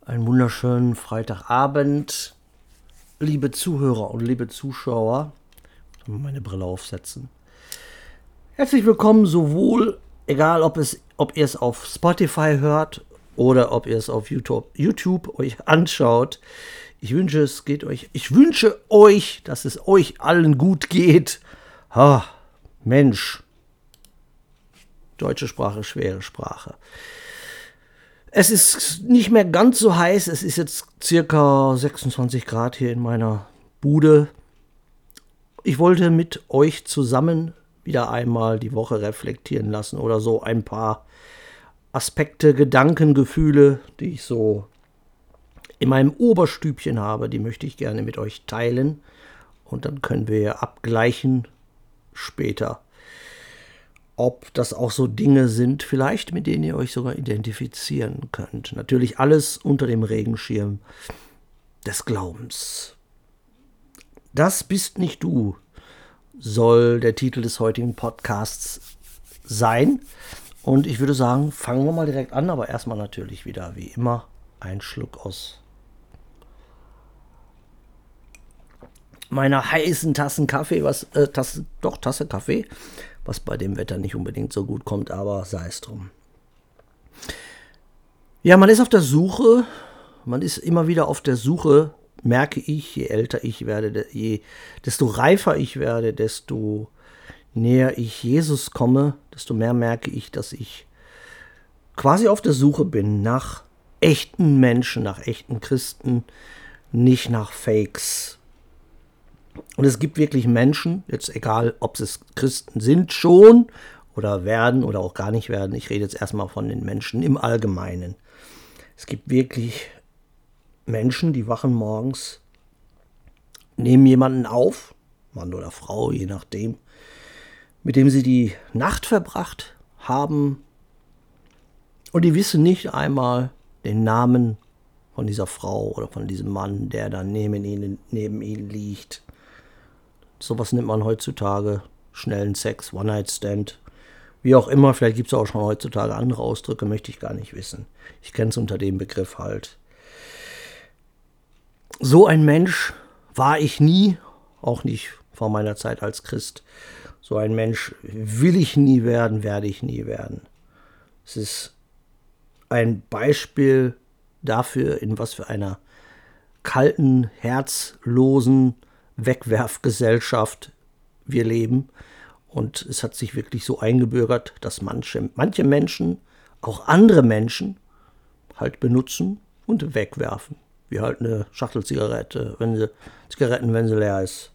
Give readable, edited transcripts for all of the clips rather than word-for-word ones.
Einen wunderschönen Freitagabend, liebe Zuhörer und liebe Zuschauer. Ich muss meine Brille aufsetzen. Herzlich willkommen, sowohl, egal ob ihr es auf Spotify hört oder ob ihr es auf YouTube euch anschaut. Ich wünsche euch, dass es euch allen gut geht. Mensch, deutsche Sprache, schwere Sprache. Es ist nicht mehr ganz so heiß. Es ist jetzt circa 26 Grad hier in meiner Bude. Ich wollte mit euch zusammen wieder einmal die Woche reflektieren lassen oder so ein paar Aspekte, Gedanken, Gefühle, die ich so in meinem Oberstübchen habe, die möchte ich gerne mit euch teilen. Und dann können wir abgleichen später, ob das auch so Dinge sind, vielleicht mit denen ihr euch sogar identifizieren könnt. Natürlich alles unter dem Regenschirm des Glaubens. Das bist nicht du, soll der Titel des heutigen Podcasts sein. Und ich würde sagen, fangen wir mal direkt an, aber erstmal natürlich wieder, wie immer, ein Schluck aus meiner heißen Tasse Kaffee, Tasse Kaffee, was bei dem Wetter nicht unbedingt so gut kommt, aber sei es drum. Ja, man ist auf der Suche, man ist immer wieder auf der Suche, merke ich, je älter ich werde, desto reifer ich werde, desto näher ich Jesus komme, desto mehr merke ich, dass ich quasi auf der Suche bin nach echten Menschen, nach echten Christen, nicht nach Fakes. Und es gibt wirklich Menschen, jetzt egal, ob es Christen sind schon oder werden oder auch gar nicht werden. Ich rede jetzt erstmal von den Menschen im Allgemeinen. Es gibt wirklich Menschen, die wachen morgens, nehmen jemanden auf, Mann oder Frau, je nachdem, mit dem sie die Nacht verbracht haben. Und die wissen nicht einmal den Namen von dieser Frau oder von diesem Mann, der dann neben ihnen liegt. Sowas nennt man heutzutage schnellen Sex, One-Night-Stand, wie auch immer. Vielleicht gibt es auch schon heutzutage andere Ausdrücke, möchte ich gar nicht wissen. Ich kenne es unter dem Begriff halt. So ein Mensch war ich nie, auch nicht vor meiner Zeit als Christ. So ein Mensch will ich nie werden, werde ich nie werden. Es ist ein Beispiel dafür, in was für einer kalten, herzlosen Wegwerfgesellschaft wir leben. Und es hat sich wirklich so eingebürgert, dass manche Menschen, auch andere Menschen, halt benutzen und wegwerfen. Wie halt eine Schachtel Zigaretten, wenn sie leer ist.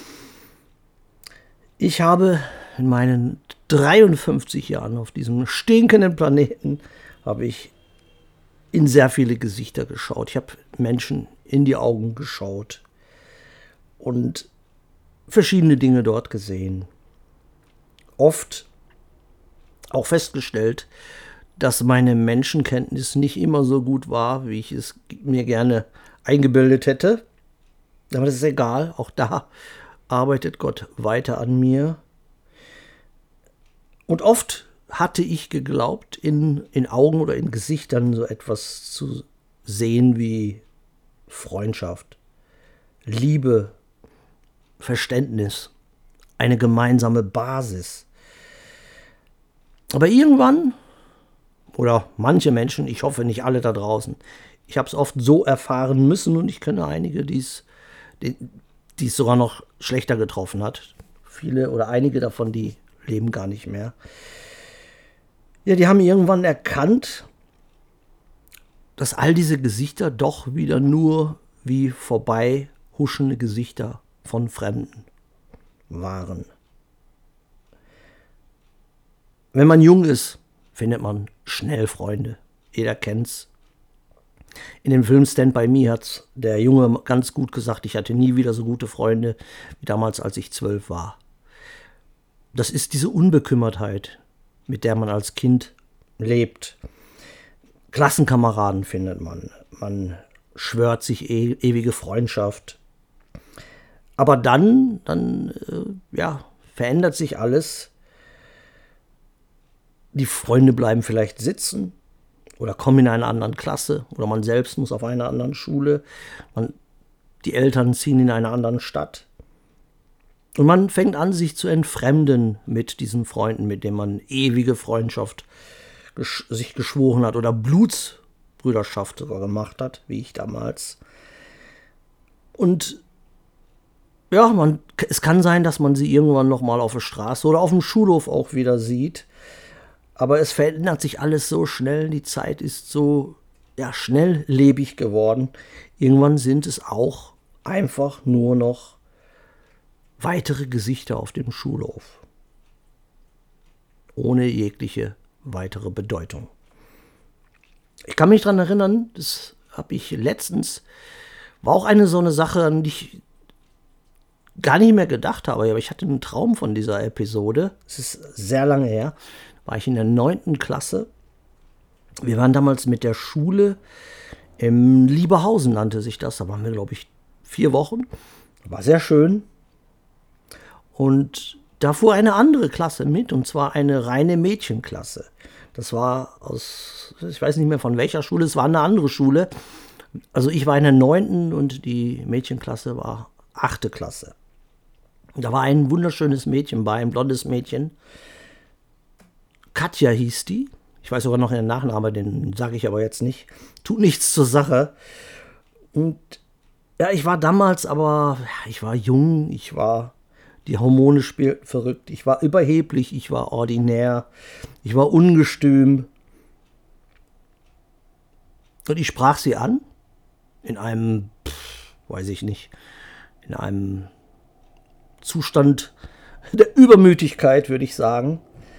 Ich habe in meinen 53 Jahren auf diesem stinkenden Planeten, habe ich in sehr viele Gesichter geschaut. Ich habe Menschen in die Augen geschaut und verschiedene Dinge dort gesehen. Oft auch festgestellt, dass meine Menschenkenntnis nicht immer so gut war, wie ich es mir gerne eingebildet hätte. Aber das ist egal, auch da arbeitet Gott weiter an mir. Und oft hatte ich geglaubt, in Augen oder in Gesichtern so etwas zu sehen wie Freundschaft, Liebe, Verständnis, eine gemeinsame Basis. Aber irgendwann, oder manche Menschen, ich hoffe nicht alle da draußen, ich habe es oft so erfahren müssen und ich kenne einige, die es sogar noch schlechter getroffen hat. Viele oder einige davon, die leben gar nicht mehr. Ja, die haben irgendwann erkannt, dass all diese Gesichter doch wieder nur wie vorbei huschende Gesichter von Fremden waren. Wenn man jung ist, findet man schnell Freunde. Jeder kennt's. In dem Film Stand By Me hat der Junge ganz gut gesagt, ich hatte nie wieder so gute Freunde wie damals, als ich 12 war. Das ist diese Unbekümmertheit, mit der man als Kind lebt. Klassenkameraden findet man. Man schwört sich ewige Freundschaft. Aber dann verändert sich alles. Die Freunde bleiben vielleicht sitzen oder kommen in eine andere Klasse oder man selbst muss auf einer anderen Schule. Die Eltern ziehen in einer anderen Stadt. Und man fängt an, sich zu entfremden mit diesen Freunden, mit denen man ewige Freundschaft sich geschworen hat oder Blutsbrüderschaft sogar gemacht hat, wie ich damals. Und ja, es kann sein, dass man sie irgendwann nochmal auf der Straße oder auf dem Schulhof auch wieder sieht. Aber es verändert sich alles so schnell, die Zeit ist so schnelllebig geworden. Irgendwann sind es auch einfach nur noch weitere Gesichter auf dem Schulhof. Ohne jegliche weitere Bedeutung. Ich kann mich daran erinnern, das habe ich letztens, war auch so eine Sache, an die ich gar nicht mehr gedacht habe, aber ich hatte einen Traum von dieser Episode. Es ist sehr lange her. War ich in der 9. Klasse. Wir waren damals mit der Schule im Lieberhausen, nannte sich das. Da waren wir, glaube ich, 4 Wochen. War sehr schön. Und da fuhr eine andere Klasse mit, und zwar eine reine Mädchenklasse. Das war ich weiß nicht mehr von welcher Schule, es war eine andere Schule. Also ich war in der 9. und die Mädchenklasse war 8. Klasse. Da war ein wunderschönes Mädchen bei, ein blondes Mädchen. Katja hieß die. Ich weiß sogar noch ihren Nachnamen, den sage ich aber jetzt nicht. Tut nichts zur Sache. Und ja, ich war damals aber, ich war jung, die Hormone spielten verrückt, ich war überheblich, ich war ordinär, ich war ungestüm. Und ich sprach sie an, in einem, weiß ich nicht, in einem Zustand der Übermütigkeit, würde ich sagen.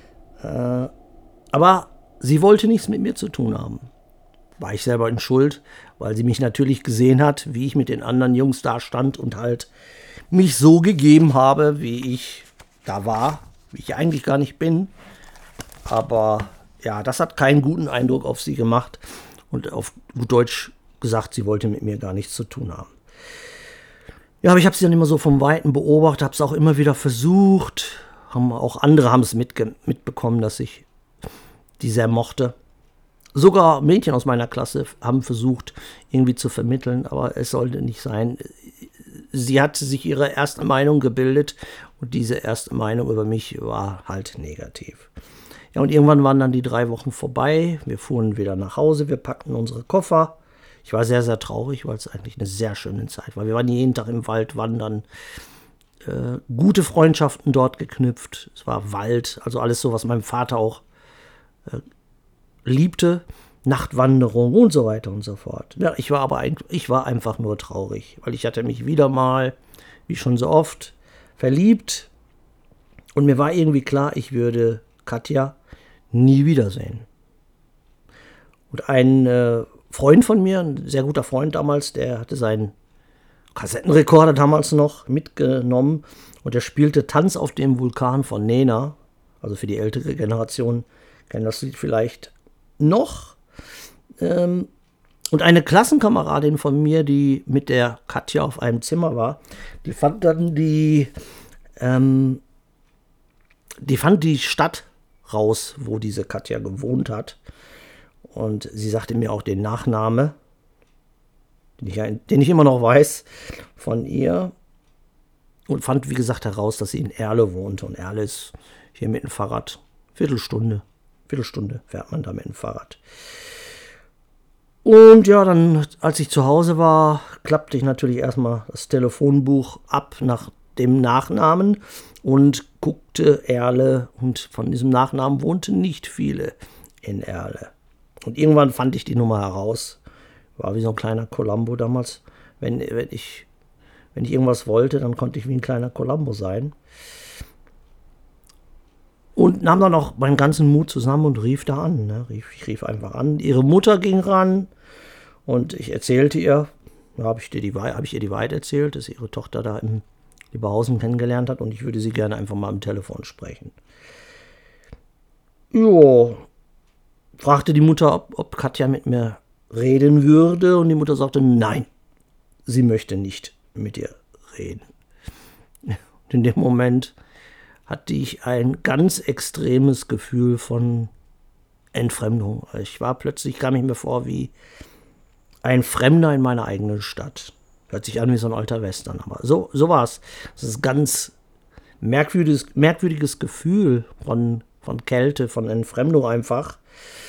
Aber sie wollte nichts mit mir zu tun haben. War ich selber in Schuld, weil sie mich natürlich gesehen hat, wie ich mit den anderen Jungs da stand und halt mich so gegeben habe, wie ich da war, wie ich eigentlich gar nicht bin. Aber ja, das hat keinen guten Eindruck auf sie gemacht und auf gut Deutsch gesagt, sie wollte mit mir gar nichts zu tun haben. Ja, aber ich habe sie dann immer so vom Weiten beobachtet, habe es auch immer wieder versucht. Auch andere haben es mitbekommen, dass ich die sehr mochte. Sogar Mädchen aus meiner Klasse haben versucht, irgendwie zu vermitteln, aber es sollte nicht sein. Sie hat sich ihre erste Meinung gebildet und diese erste Meinung über mich war halt negativ. Ja, und irgendwann waren dann die 3 Wochen vorbei. Wir fuhren wieder nach Hause, wir packten unsere Koffer. Ich war sehr, sehr traurig, weil es eigentlich eine sehr schöne Zeit war. Wir waren jeden Tag im Wald wandern, gute Freundschaften dort geknüpft. Es war Wald, also alles so, was mein Vater auch liebte. Nachtwanderung und so weiter und so fort. Ja, ich war einfach nur traurig, weil ich hatte mich wieder mal, wie schon so oft, verliebt. Und mir war irgendwie klar, ich würde Katja nie wiedersehen. Und ein Freund von mir, ein sehr guter Freund damals, der hatte seinen Kassettenrekorder damals noch mitgenommen und der spielte Tanz auf dem Vulkan von Nena. Also für die ältere Generation kennen das Lied vielleicht noch. Und eine Klassenkameradin von mir, die mit der Katja auf einem Zimmer war, die fand dann die Stadt raus, wo diese Katja gewohnt hat. Und sie sagte mir auch den Nachname, den ich immer noch weiß, von ihr. Und fand, wie gesagt, heraus, dass sie in Erle wohnte. Und Erle ist hier mit dem Fahrrad Viertelstunde fährt man da mit dem Fahrrad. Und ja, dann, als ich zu Hause war, klappte ich natürlich erstmal das Telefonbuch ab nach dem Nachnamen und guckte Erle. Und von diesem Nachnamen wohnten nicht viele in Erle. Und irgendwann fand ich die Nummer heraus. War wie so ein kleiner Columbo damals. Wenn ich irgendwas wollte, dann konnte ich wie ein kleiner Columbo sein. Und nahm dann auch meinen ganzen Mut zusammen und rief da an. Ne? Ich rief einfach an. Ihre Mutter ging ran und ich erzählte ihr, habe ich ihr die Wahrheit erzählt, dass ihre Tochter da in Lieberhausen kennengelernt hat und ich würde sie gerne einfach mal am Telefon sprechen. Jo, fragte die Mutter, ob Katja mit mir reden würde und die Mutter sagte, nein, sie möchte nicht mit ihr reden. Und in dem Moment hatte ich ein ganz extremes Gefühl von Entfremdung. Ich war plötzlich, kam ich mir vor wie ein Fremder in meiner eigenen Stadt. Hört sich an wie so ein alter Western, aber so war es. Das ist ein ganz merkwürdiges Gefühl von Kälte, von Entfremdung einfach.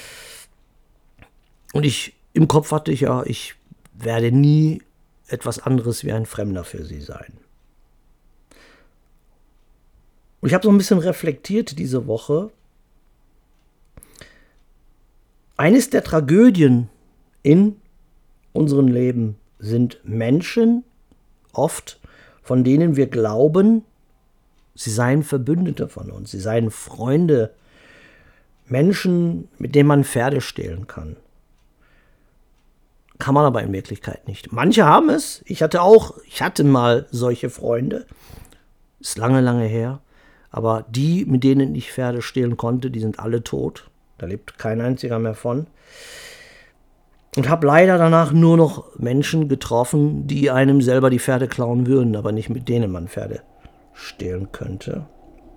Und im Kopf hatte ich ja, ich werde nie etwas anderes wie ein Fremder für sie sein. Und ich habe so ein bisschen reflektiert diese Woche. Eines der Tragödien in unserem Leben sind Menschen, oft, von denen wir glauben, sie seien Verbündete von uns, sie seien Freunde, Menschen, mit denen man Pferde stehlen kann. Kann man aber in Wirklichkeit nicht. Manche haben es. Ich hatte mal solche Freunde. Ist lange, lange her. Aber die, mit denen ich Pferde stehlen konnte, die sind alle tot. Da lebt kein einziger mehr von. Und habe leider danach nur noch Menschen getroffen, die einem selber die Pferde klauen würden, aber nicht mit denen man Pferde stehlen könnte.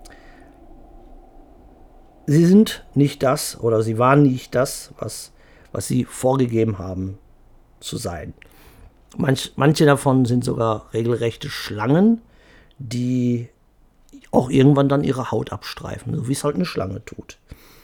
Sie sind nicht das, oder sie waren nicht das, was sie vorgegeben haben zu sein. Manche davon sind sogar regelrechte Schlangen, die auch irgendwann dann ihre Haut abstreifen, so wie es halt eine Schlange tut.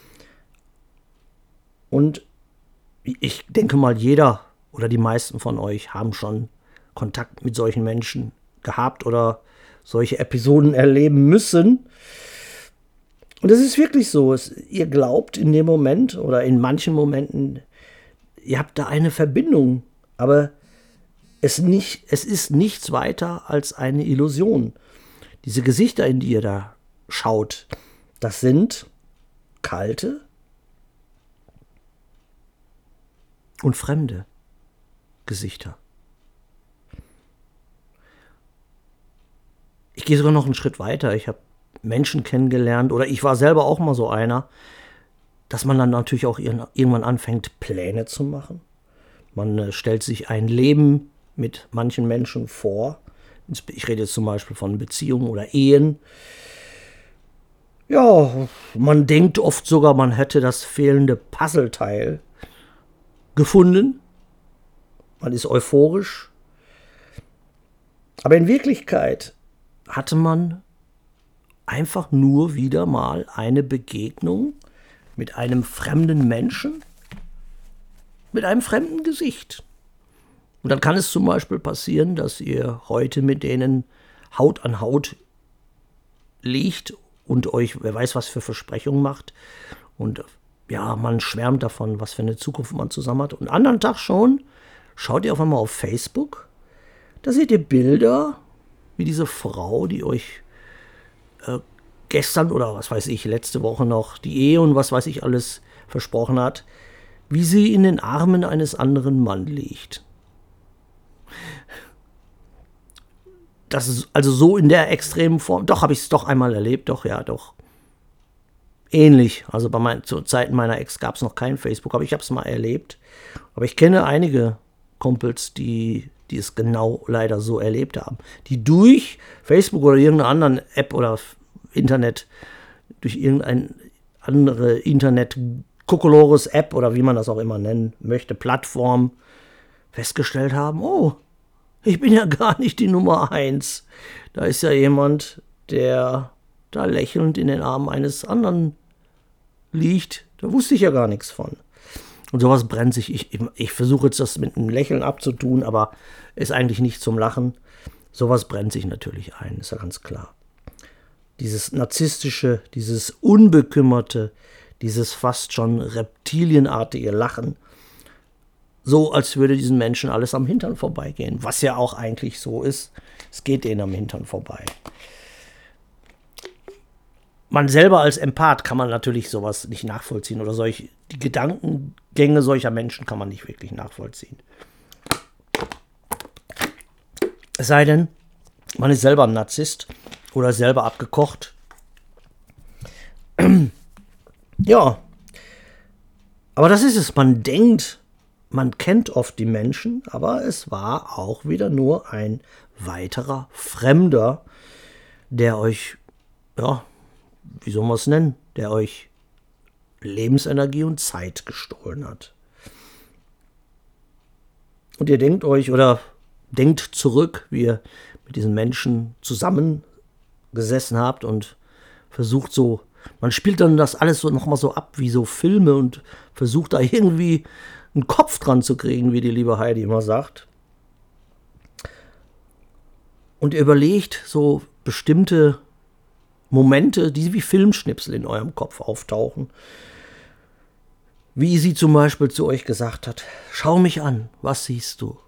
Und ich denke mal, jeder oder die meisten von euch haben schon Kontakt mit solchen Menschen gehabt oder solche Episoden erleben müssen. Und es ist wirklich so, ihr glaubt in dem Moment oder in manchen Momenten, ihr habt da eine Verbindung, aber es ist nichts weiter als eine Illusion. Diese Gesichter, in die ihr da schaut, das sind kalte und fremde Gesichter. Ich gehe sogar noch einen Schritt weiter. Ich habe Menschen kennengelernt, oder ich war selber auch mal so einer, dass man dann natürlich auch irgendwann anfängt, Pläne zu machen. Man stellt sich ein Leben mit manchen Menschen vor. Ich rede jetzt zum Beispiel von Beziehungen oder Ehen. Ja, man denkt oft sogar, man hätte das fehlende Puzzleteil gefunden. Man ist euphorisch. Aber in Wirklichkeit hatte man einfach nur wieder mal eine Begegnung mit einem fremden Menschen, mit einem fremden Gesicht. Und dann kann es zum Beispiel passieren, dass ihr heute mit denen Haut an Haut liegt und euch, wer weiß, was für Versprechungen macht. Und ja, man schwärmt davon, was für eine Zukunft man zusammen hat. Und am anderen Tag schon schaut ihr auf einmal auf Facebook, da seht ihr Bilder, wie diese Frau, die euch gestern oder was weiß ich, letzte Woche noch die Ehe und was weiß ich alles versprochen hat, wie sie in den Armen eines anderen Mannes liegt. Das ist also so in der extremen Form. Doch, habe ich es doch einmal erlebt. Doch, ja, doch. Ähnlich. Also zu Zeiten meiner Ex gab es noch kein Facebook, aber ich habe es mal erlebt. Aber ich kenne einige Kumpels, die es genau leider so erlebt haben. Die durch Facebook oder irgendeine andere App oder Internet, durch irgendeine andere Internet-Kokolores-App oder wie man das auch immer nennen möchte, Plattform, festgestellt haben, oh, ich bin ja gar nicht die Nummer 1. Da ist ja jemand, der da lächelnd in den Armen eines anderen liegt. Da wusste ich ja gar nichts von. Und sowas brennt sich. Ich versuche jetzt das mit einem Lächeln abzutun, aber ist eigentlich nicht zum Lachen. Sowas brennt sich natürlich ein, ist ja ganz klar. Dieses narzisstische, dieses unbekümmerte, dieses fast schon reptilienartige Lachen, so als würde diesen Menschen alles am Hintern vorbeigehen, was ja auch eigentlich so ist. Es geht denen am Hintern vorbei. Man selber als Empath kann man natürlich sowas nicht nachvollziehen oder die Gedankengänge solcher Menschen kann man nicht wirklich nachvollziehen. Es sei denn, man ist selber ein Narzisst oder selber abgekocht. Ja, aber das ist es. Man denkt, man kennt oft die Menschen, aber es war auch wieder nur ein weiterer Fremder, der euch, ja, wie soll man es nennen, der euch Lebensenergie und Zeit gestohlen hat. Und ihr denkt euch oder denkt zurück, wie ihr mit diesen Menschen zusammengesessen habt und versucht so, man spielt dann das alles so nochmal so ab wie so Filme und versucht da irgendwie einen Kopf dran zu kriegen, wie die liebe Heidi immer sagt. Und ihr überlegt so bestimmte Momente, die wie Filmschnipsel in eurem Kopf auftauchen. Wie sie zum Beispiel zu euch gesagt hat, schau mich an, was siehst du?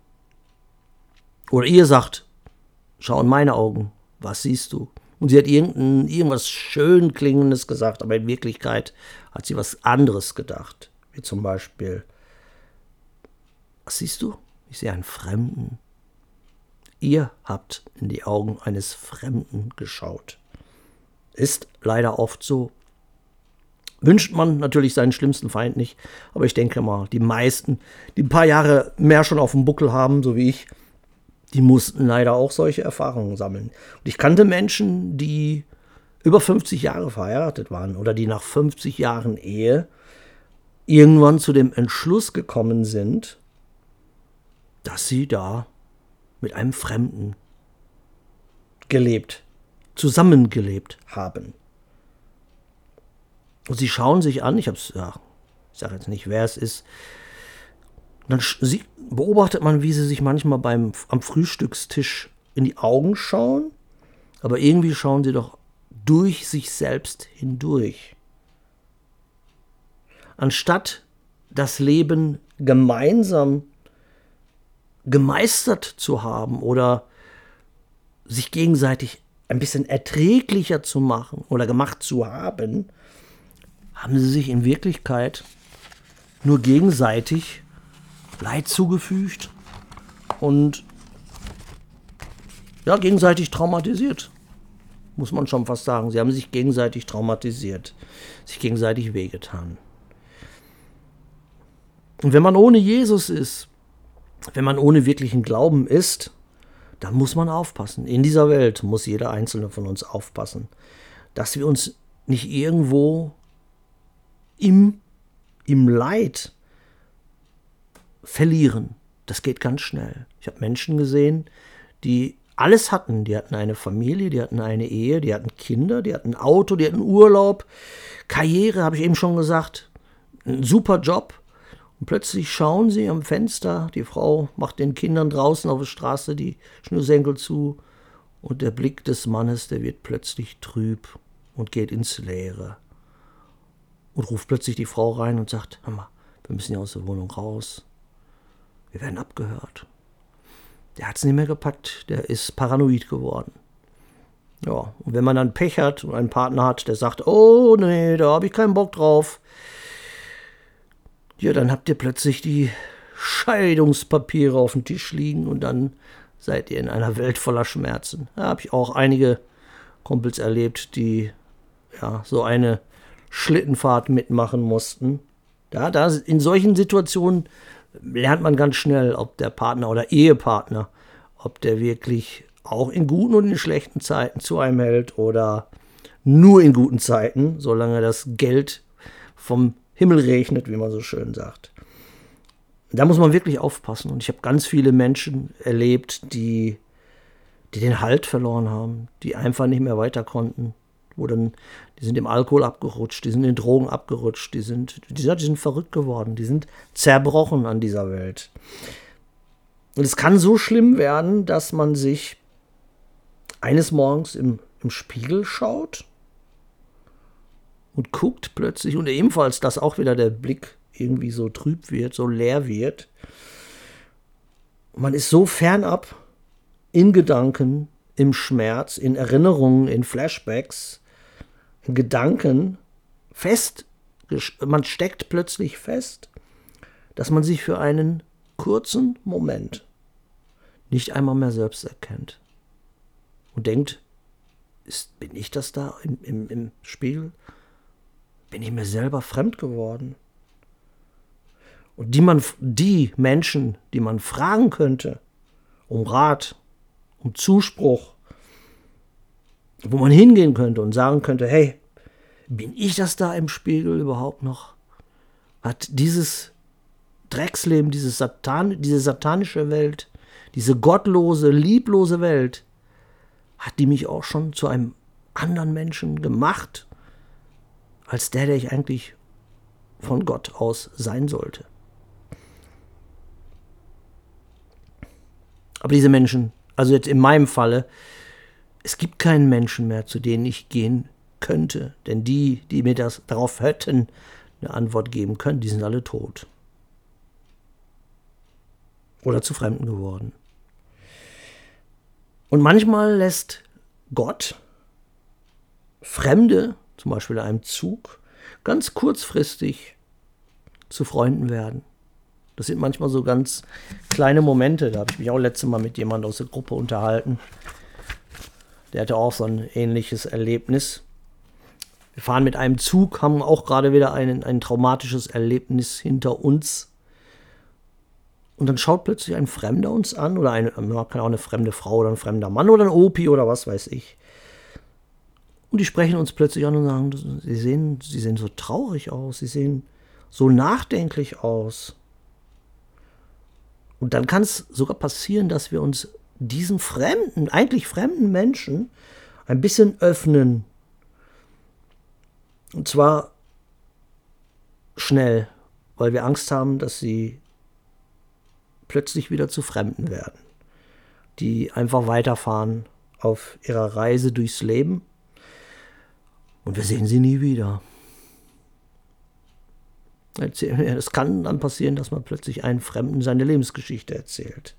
Oder ihr sagt, schau in meine Augen, was siehst du? Und sie hat irgendwas schön Klingendes gesagt, aber in Wirklichkeit hat sie was anderes gedacht. Wie zum Beispiel, was siehst du? Ich sehe einen Fremden. Ihr habt in die Augen eines Fremden geschaut. Ist leider oft so. Wünscht man natürlich seinen schlimmsten Feind nicht, aber ich denke mal, die meisten, die ein paar Jahre mehr schon auf dem Buckel haben, so wie ich, die mussten leider auch solche Erfahrungen sammeln. Und ich kannte Menschen, die über 50 Jahre verheiratet waren oder die nach 50 Jahren Ehe irgendwann zu dem Entschluss gekommen sind, dass sie da mit einem Fremden zusammengelebt haben. Und sie schauen sich an, ich sage jetzt nicht, wer es ist, dann beobachtet man, wie sie sich manchmal am Frühstückstisch in die Augen schauen, aber irgendwie schauen sie doch durch sich selbst hindurch. Anstatt das Leben gemeinsam gemeistert zu haben oder sich gegenseitig ein bisschen erträglicher zu machen oder gemacht zu haben, haben sie sich in Wirklichkeit nur gegenseitig Leid zugefügt und ja, gegenseitig traumatisiert, muss man schon fast sagen. Sie haben sich gegenseitig traumatisiert, sich gegenseitig wehgetan. Und wenn man ohne Jesus ist, wenn man ohne wirklichen Glauben ist, dann muss man aufpassen. In dieser Welt muss jeder Einzelne von uns aufpassen, dass wir uns nicht irgendwo im Leid verlieren. Das geht ganz schnell. Ich habe Menschen gesehen, die alles hatten. Die hatten eine Familie, die hatten eine Ehe, die hatten Kinder, die hatten ein Auto, die hatten Urlaub, Karriere, habe ich eben schon gesagt, einen super Job. Und plötzlich schauen sie am Fenster, die Frau macht den Kindern draußen auf der Straße die Schnürsenkel zu und der Blick des Mannes, der wird plötzlich trüb und geht ins Leere. Und ruft plötzlich die Frau rein und sagt, hör mal, wir müssen ja aus der Wohnung raus. Wir werden abgehört. Der hat es nicht mehr gepackt, der ist paranoid geworden. Ja, und wenn man dann Pech hat und einen Partner hat, der sagt, oh nee, da habe ich keinen Bock drauf, ja, dann habt ihr plötzlich die Scheidungspapiere auf dem Tisch liegen und dann seid ihr in einer Welt voller Schmerzen. Da habe ich auch einige Kumpels erlebt, die ja so eine Schlittenfahrt mitmachen mussten. Ja, in solchen Situationen lernt man ganz schnell, ob der Partner oder Ehepartner, ob der wirklich auch in guten und in schlechten Zeiten zu einem hält oder nur in guten Zeiten, solange das Geld vom Himmel regnet, wie man so schön sagt. Da muss man wirklich aufpassen. Und ich habe ganz viele Menschen erlebt, die den Halt verloren haben, die einfach nicht mehr weiter konnten. Die sind im Alkohol abgerutscht, die sind in Drogen abgerutscht, die sind verrückt geworden, die sind zerbrochen an dieser Welt. Und es kann so schlimm werden, dass man sich eines Morgens im Spiegel schaut und guckt plötzlich, und ebenfalls, dass auch wieder der Blick irgendwie so trüb wird, so leer wird. Man ist so fernab in Gedanken, im Schmerz, in Erinnerungen, in Flashbacks, in Gedanken man steckt plötzlich fest, dass man sich für einen kurzen Moment nicht einmal mehr selbst erkennt und denkt, bin ich das da im Spiegel? Bin ich mir selber fremd geworden? Und die Menschen, die man fragen könnte, um Rat, um Zuspruch, wo man hingehen könnte und sagen könnte, hey, Bin ich das da im Spiegel überhaupt noch? Hat dieses Drecksleben, diese satanische Welt, diese gottlose, lieblose Welt, hat die mich auch schon zu einem anderen Menschen gemacht, als der ich eigentlich von Gott aus sein sollte. Aber diese Menschen, also jetzt in meinem Falle, es gibt keinen Menschen mehr, zu denen ich gehen könnte. Denn die mir darauf hätten eine Antwort geben können, die sind alle tot. Oder zu Fremden geworden. Und manchmal lässt Gott Fremde, zum Beispiel in einem Zug, ganz kurzfristig zu Freunden werden. Das sind manchmal so ganz kleine Momente. Da habe ich mich auch letztes Mal mit jemandem aus der Gruppe unterhalten. Der hatte auch so ein ähnliches Erlebnis. Wir fahren mit einem Zug, haben auch gerade wieder ein traumatisches Erlebnis hinter uns. Und dann schaut plötzlich ein Fremder uns an, oder man kann auch eine fremde Frau oder ein fremder Mann oder ein Opi oder was weiß ich. Und die sprechen uns plötzlich an und sagen, sie sehen so traurig aus, sie sehen so nachdenklich aus. Und dann kann es sogar passieren, dass wir uns diesen eigentlich fremden Menschen ein bisschen öffnen. Und zwar schnell, weil wir Angst haben, dass sie plötzlich wieder zu Fremden werden, die einfach weiterfahren auf ihrer Reise durchs Leben und wir sehen sie nie wieder. Es kann dann passieren, dass man plötzlich einen Fremden seine Lebensgeschichte erzählt.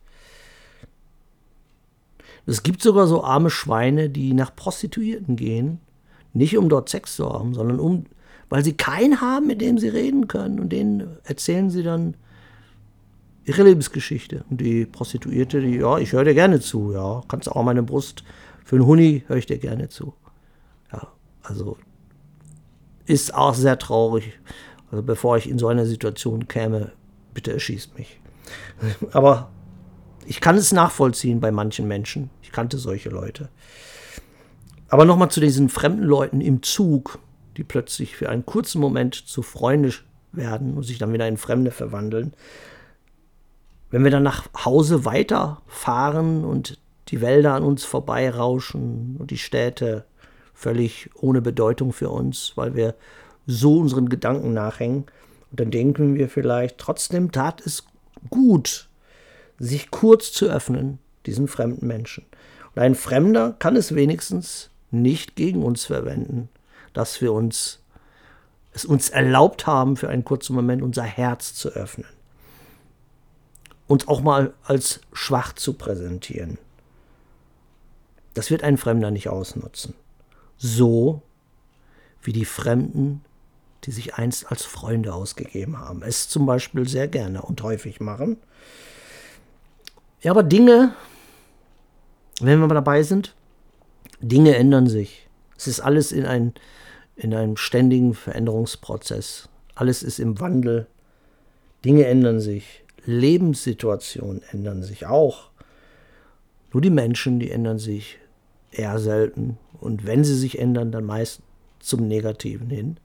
Es gibt sogar so arme Schweine, die nach Prostituierten gehen, nicht um dort Sex zu haben, sondern weil sie keinen haben, mit dem sie reden können. Und denen erzählen sie dann ihre Lebensgeschichte. Und die Prostituierte, ich höre dir gerne zu, ja, kannst auch meine Brust für einen Huni, höre ich dir gerne zu. Ja, also ist auch sehr traurig. Also bevor ich in so eine Situation käme, bitte erschießt mich. Aber ich kann es nachvollziehen bei manchen Menschen. Ich kannte solche Leute. Aber nochmal zu diesen fremden Leuten im Zug, die plötzlich für einen kurzen Moment zu Freunde werden und sich dann wieder in Fremde verwandeln. Wenn wir dann nach Hause weiterfahren und die Wälder an uns vorbeirauschen und die Städte völlig ohne Bedeutung für uns, weil wir so unseren Gedanken nachhängen, und dann denken wir vielleicht, trotzdem tat es gut, sich kurz zu öffnen, diesen fremden Menschen. Und ein Fremder kann es wenigstens nicht gegen uns verwenden, dass wir es uns erlaubt haben, für einen kurzen Moment unser Herz zu öffnen. Uns auch mal als schwach zu präsentieren. Das wird ein Fremder nicht ausnutzen. So wie die Fremden, die sich einst als Freunde ausgegeben haben, es zum Beispiel sehr gerne und häufig machen. Ja, aber Dinge, wenn wir mal dabei sind, Dinge ändern sich. Es ist alles in einem ständigen Veränderungsprozess. Alles ist im Wandel. Dinge ändern sich. Lebenssituationen ändern sich auch. Nur die Menschen, die ändern sich eher selten. Und wenn sie sich ändern, dann meist zum Negativen hin.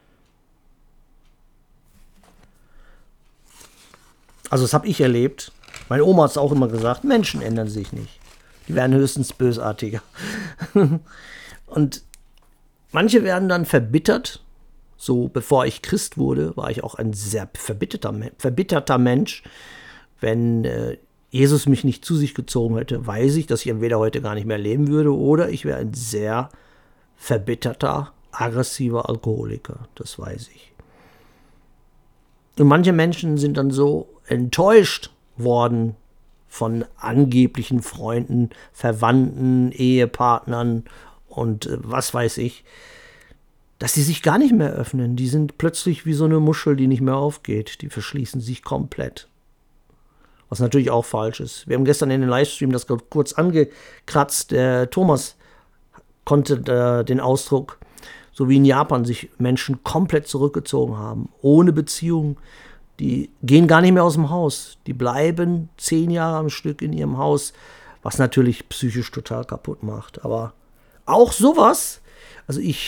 Also das habe ich erlebt. Meine Oma hat es auch immer gesagt, Menschen ändern sich nicht. Die werden höchstens bösartiger. Und manche werden dann verbittert. So, bevor ich Christ wurde, war ich auch ein sehr verbitterter Mensch. Wenn Jesus mich nicht zu sich gezogen hätte, weiß ich, dass ich entweder heute gar nicht mehr leben würde oder ich wäre ein sehr verbitterter, aggressiver Alkoholiker. Das weiß ich. Und manche Menschen sind dann so enttäuscht worden von angeblichen Freunden, Verwandten, Ehepartnern und was weiß ich, dass sie sich gar nicht mehr öffnen. Die sind plötzlich wie so eine Muschel, die nicht mehr aufgeht. Die verschließen sich komplett. Was natürlich auch falsch ist. Wir haben gestern in den Livestream das kurz angekratzt. Der Thomas konnte den Ausdruck, so wie in Japan sich Menschen komplett zurückgezogen haben, ohne Beziehung. Die gehen gar nicht mehr aus dem Haus. Die bleiben 10 Jahre am Stück in ihrem Haus, was natürlich psychisch total kaputt macht. Aber auch sowas, also ich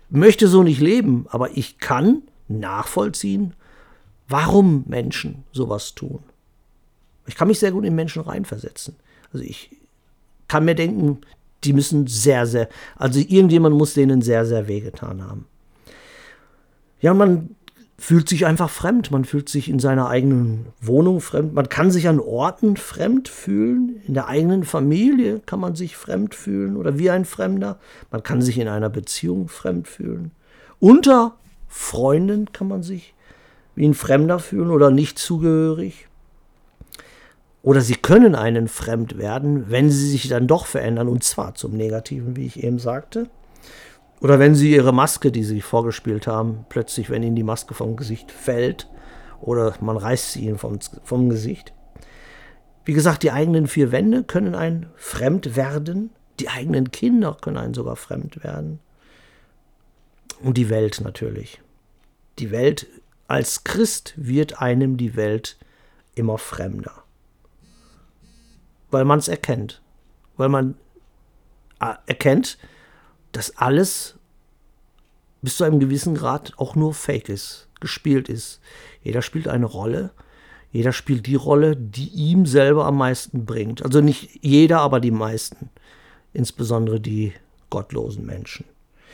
möchte so nicht leben, aber ich kann nachvollziehen, warum Menschen sowas tun. Ich kann mich sehr gut in Menschen reinversetzen. Also ich kann mir denken, die müssen also irgendjemand muss denen sehr, sehr wehgetan haben. Ja, man fühlt sich einfach fremd, man fühlt sich in seiner eigenen Wohnung fremd, man kann sich an Orten fremd fühlen, in der eigenen Familie kann man sich fremd fühlen oder wie ein Fremder, man kann sich in einer Beziehung fremd fühlen. Unter Freunden kann man sich wie ein Fremder fühlen oder nicht zugehörig. Oder sie können einen fremd werden, wenn sie sich dann doch verändern, und zwar zum Negativen, wie ich eben sagte. Oder wenn sie ihre Maske, die sie vorgespielt haben, plötzlich, wenn ihnen die Maske vom Gesicht fällt, oder man reißt sie ihnen vom Gesicht. Wie gesagt, die eigenen vier Wände können einen fremd werden, die eigenen Kinder können einen sogar fremd werden. Und die Welt natürlich. Die Welt, als Christ wird einem die Welt immer fremder. Weil man es erkennt. Weil man erkennt, dass alles bis zu einem gewissen Grad auch nur Fake ist, gespielt ist. Jeder spielt eine Rolle. Jeder spielt die Rolle, die ihm selber am meisten bringt. Also nicht jeder, aber die meisten. Insbesondere die gottlosen Menschen.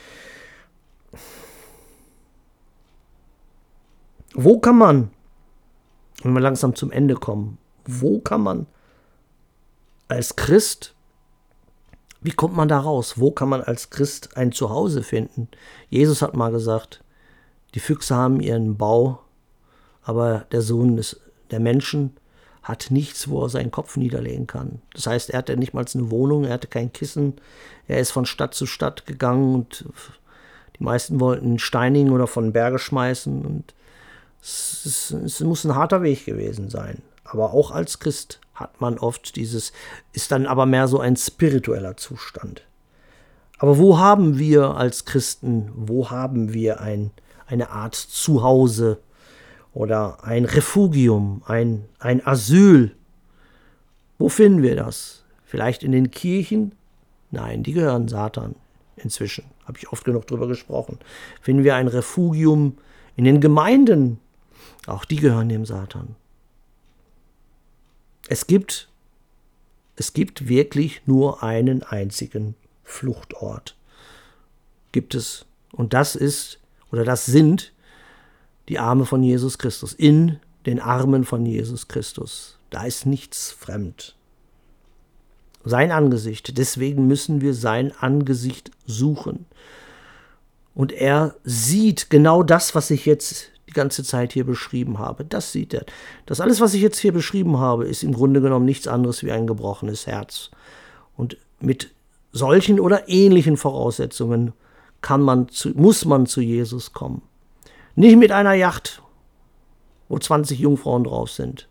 Wo kann man, wenn wir langsam zum Ende kommen, wo kann man als Christ, wie kommt man da raus? Wo kann man als Christ ein Zuhause finden? Jesus hat mal gesagt, die Füchse haben ihren Bau, aber der Sohn der Menschen hat nichts, wo er seinen Kopf niederlegen kann. Das heißt, er hatte nicht mal eine Wohnung, er hatte kein Kissen, er ist von Stadt zu Stadt gegangen und die meisten wollten ihn steinigen oder von Berge schmeißen und es muss ein harter Weg gewesen sein. Aber auch als Christ hat man oft ist dann aber mehr so ein spiritueller Zustand. Aber wo haben wir als Christen, eine Art Zuhause oder ein Refugium, ein Asyl? Wo finden wir das? Vielleicht in den Kirchen? Nein, die gehören Satan inzwischen. Habe ich oft genug drüber gesprochen. Finden wir ein Refugium in den Gemeinden? Auch die gehören dem Satan. Es gibt wirklich nur einen einzigen Fluchtort. Gibt es. Und das sind die Arme von Jesus Christus. In den Armen von Jesus Christus. Da ist nichts fremd. Sein Angesicht. Deswegen müssen wir sein Angesicht suchen. Und er sieht genau das, was ich jetzt die ganze Zeit hier beschrieben habe. Das sieht er. Das alles, was ich jetzt hier beschrieben habe, ist im Grunde genommen nichts anderes wie ein gebrochenes Herz. Und mit solchen oder ähnlichen Voraussetzungen muss man zu Jesus kommen. Nicht mit einer Yacht, wo 20 Jungfrauen drauf sind.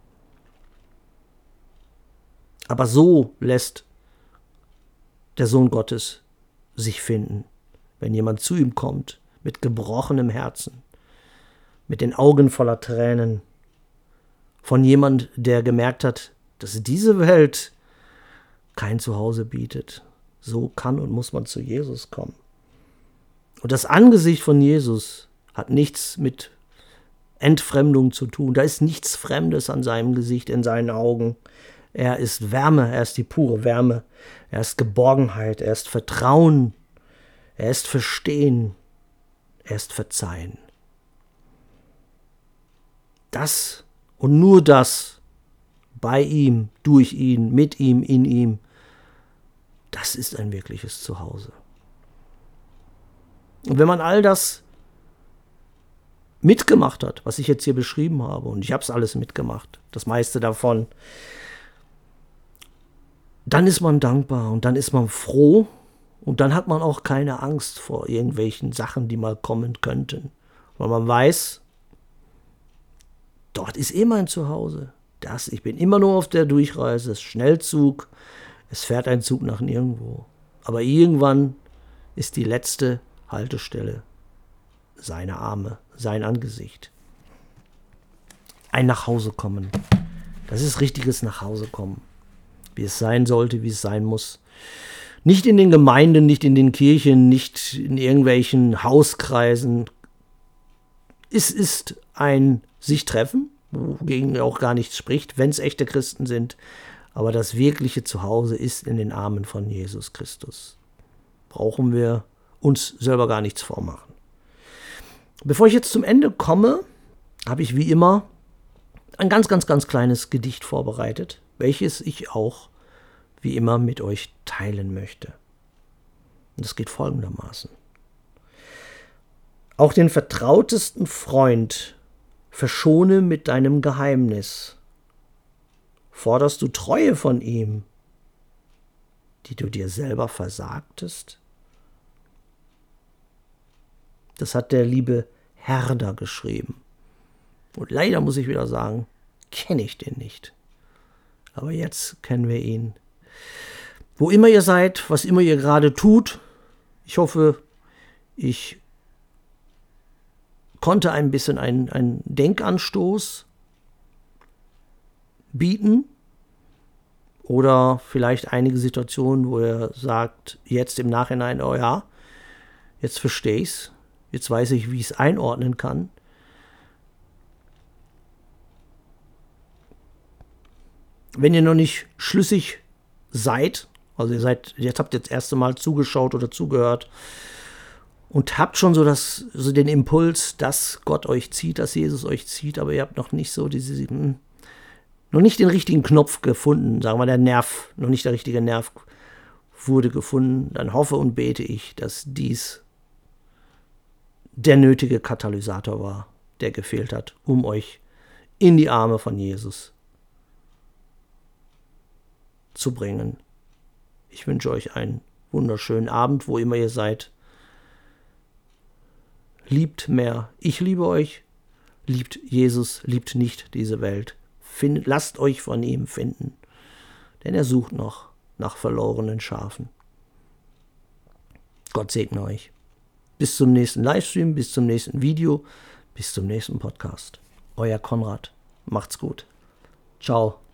Aber so lässt der Sohn Gottes sich finden, wenn jemand zu ihm kommt, mit gebrochenem Herzen, mit den Augen voller Tränen, von jemand, der gemerkt hat, dass diese Welt kein Zuhause bietet. So kann und muss man zu Jesus kommen. Und das Angesicht von Jesus hat nichts mit Entfremdung zu tun. Da ist nichts Fremdes an seinem Gesicht, in seinen Augen. Er ist Wärme, er ist die pure Wärme. Er ist Geborgenheit, er ist Vertrauen, er ist Verstehen, er ist Verzeihen. Das und nur das, bei ihm, durch ihn, mit ihm, in ihm, das ist ein wirkliches Zuhause. Und wenn man all das mitgemacht hat, was ich jetzt hier beschrieben habe, und ich habe es alles mitgemacht, das meiste davon, dann ist man dankbar und dann ist man froh und dann hat man auch keine Angst vor irgendwelchen Sachen, die mal kommen könnten, weil man weiß, dort ist mein Zuhause. Ich bin immer nur auf der Durchreise, es ist Schnellzug, es fährt ein Zug nach nirgendwo. Aber irgendwann ist die letzte Haltestelle seine Arme, sein Angesicht. Ein Nachhausekommen. Das ist richtiges Nachhausekommen. Wie es sein sollte, wie es sein muss. Nicht in den Gemeinden, nicht in den Kirchen, nicht in irgendwelchen Hauskreisen. Es ist ein sich treffen, wogegen auch gar nichts spricht, wenn es echte Christen sind. Aber das wirkliche Zuhause ist in den Armen von Jesus Christus. Brauchen wir uns selber gar nichts vormachen. Bevor ich jetzt zum Ende komme, habe ich wie immer ein ganz, ganz, ganz kleines Gedicht vorbereitet, welches ich auch wie immer mit euch teilen möchte. Und es geht folgendermaßen. Auch den vertrautesten Freund verschone mit deinem Geheimnis. Forderst du Treue von ihm, die du dir selber versagtest? Das hat der liebe Herder geschrieben. Und leider muss ich wieder sagen, kenne ich den nicht. Aber jetzt kennen wir ihn. Wo immer ihr seid, was immer ihr gerade tut, ich hoffe, ich konnte ein bisschen einen Denkanstoß bieten oder vielleicht einige Situationen, wo er sagt, jetzt im Nachhinein, oh ja, jetzt verstehe ich's, jetzt weiß ich, wie ich es einordnen kann. Wenn ihr noch nicht schlüssig seid, also jetzt habt ihr das erste Mal zugeschaut oder zugehört und habt schon so den Impuls, dass Gott euch zieht, dass Jesus euch zieht, aber ihr habt noch nicht so noch nicht den richtigen Knopf gefunden, sagen wir noch nicht der richtige Nerv wurde gefunden, dann hoffe und bete ich, dass dies der nötige Katalysator war, der gefehlt hat, um euch in die Arme von Jesus zu bringen. Ich wünsche euch einen wunderschönen Abend, wo immer ihr seid. Liebt mehr. Ich liebe euch. Liebt Jesus, liebt nicht diese Welt. Lasst euch von ihm finden, denn er sucht noch nach verlorenen Schafen. Gott segne euch. Bis zum nächsten Livestream, bis zum nächsten Video, bis zum nächsten Podcast. Euer Konrad. Macht's gut. Ciao.